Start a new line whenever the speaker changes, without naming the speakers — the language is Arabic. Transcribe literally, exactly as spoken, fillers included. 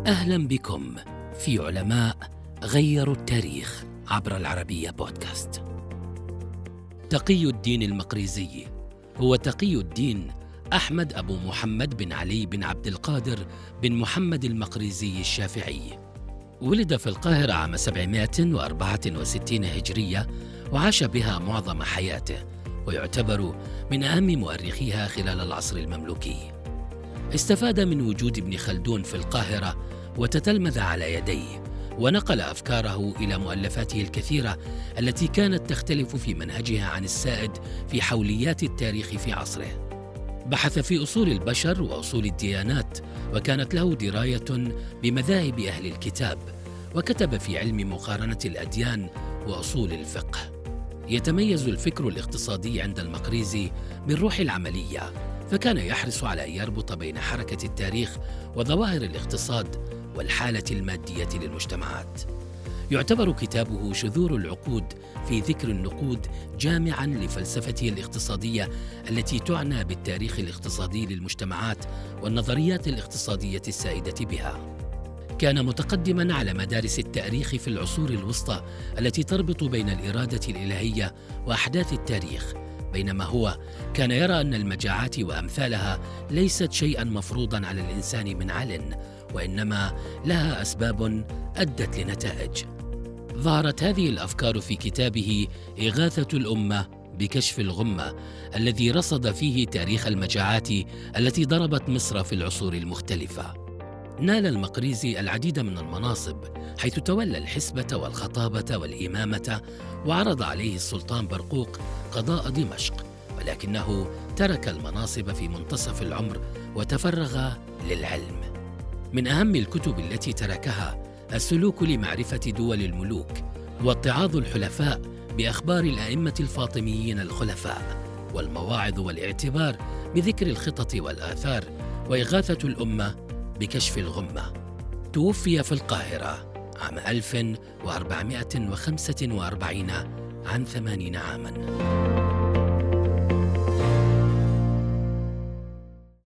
أهلا بكم في علماء غيروا التاريخ عبر العربية بودكاست. تقي الدين المقريزي هو تقي الدين أحمد أبو محمد بن علي بن عبد القادر بن محمد المقريزي الشافعي. ولد في القاهرة عام سبعمائة وأربعة وستين هجرية وعاش بها معظم حياته، ويعتبر من أهم مؤرخيها خلال العصر المملوكي. استفاد من وجود ابن خلدون في القاهرة وتتلمذ على يديه، ونقل أفكاره إلى مؤلفاته الكثيرة التي كانت تختلف في منهجها عن السائد في حوليات التاريخ في عصره. بحث في أصول البشر وأصول الديانات، وكانت له دراية بمذاهب أهل الكتاب، وكتب في علم مقارنة الأديان وأصول الفقه. يتميز الفكر الاقتصادي عند المقريزي بالروح العملية، فكان يحرص على أن يربط بين حركة التاريخ وظواهر الاقتصاد والحالة المادية للمجتمعات. يعتبر كتابه شذور العقود في ذكر النقود جامعاً لفلسفته الاقتصادية التي تعنى بالتاريخ الاقتصادي للمجتمعات والنظريات الاقتصادية السائدة بها. كان متقدماً على مدارس التاريخ في العصور الوسطى التي تربط بين الإرادة الإلهية وأحداث التاريخ، بينما هو كان يرى أن المجاعات وأمثالها ليست شيئاً مفروضاً على الإنسان من علن، وإنما لها أسباب أدت لنتائج. ظهرت هذه الأفكار في كتابه إغاثة الأمة بكشف الغمة، الذي رصد فيه تاريخ المجاعات التي ضربت مصر في العصور المختلفة. نال المقريزي العديد من المناصب، حيث تولى الحسبة والخطابة والإمامة، وعرض عليه السلطان برقوق قضاء دمشق، ولكنه ترك المناصب في منتصف العمر وتفرغ للعلم. من أهم الكتب التي تركها السلوك لمعرفة دول الملوك، واتعاظ الحلفاء بأخبار الأئمة الفاطميين الخلفاء، والمواعظ والاعتبار بذكر الخطط والآثار، وإغاثة الأمة بكشف الغمة. توفي في القاهرة عام ألف وأربعمائة وخمسة وأربعين عن ثمانين عاماً.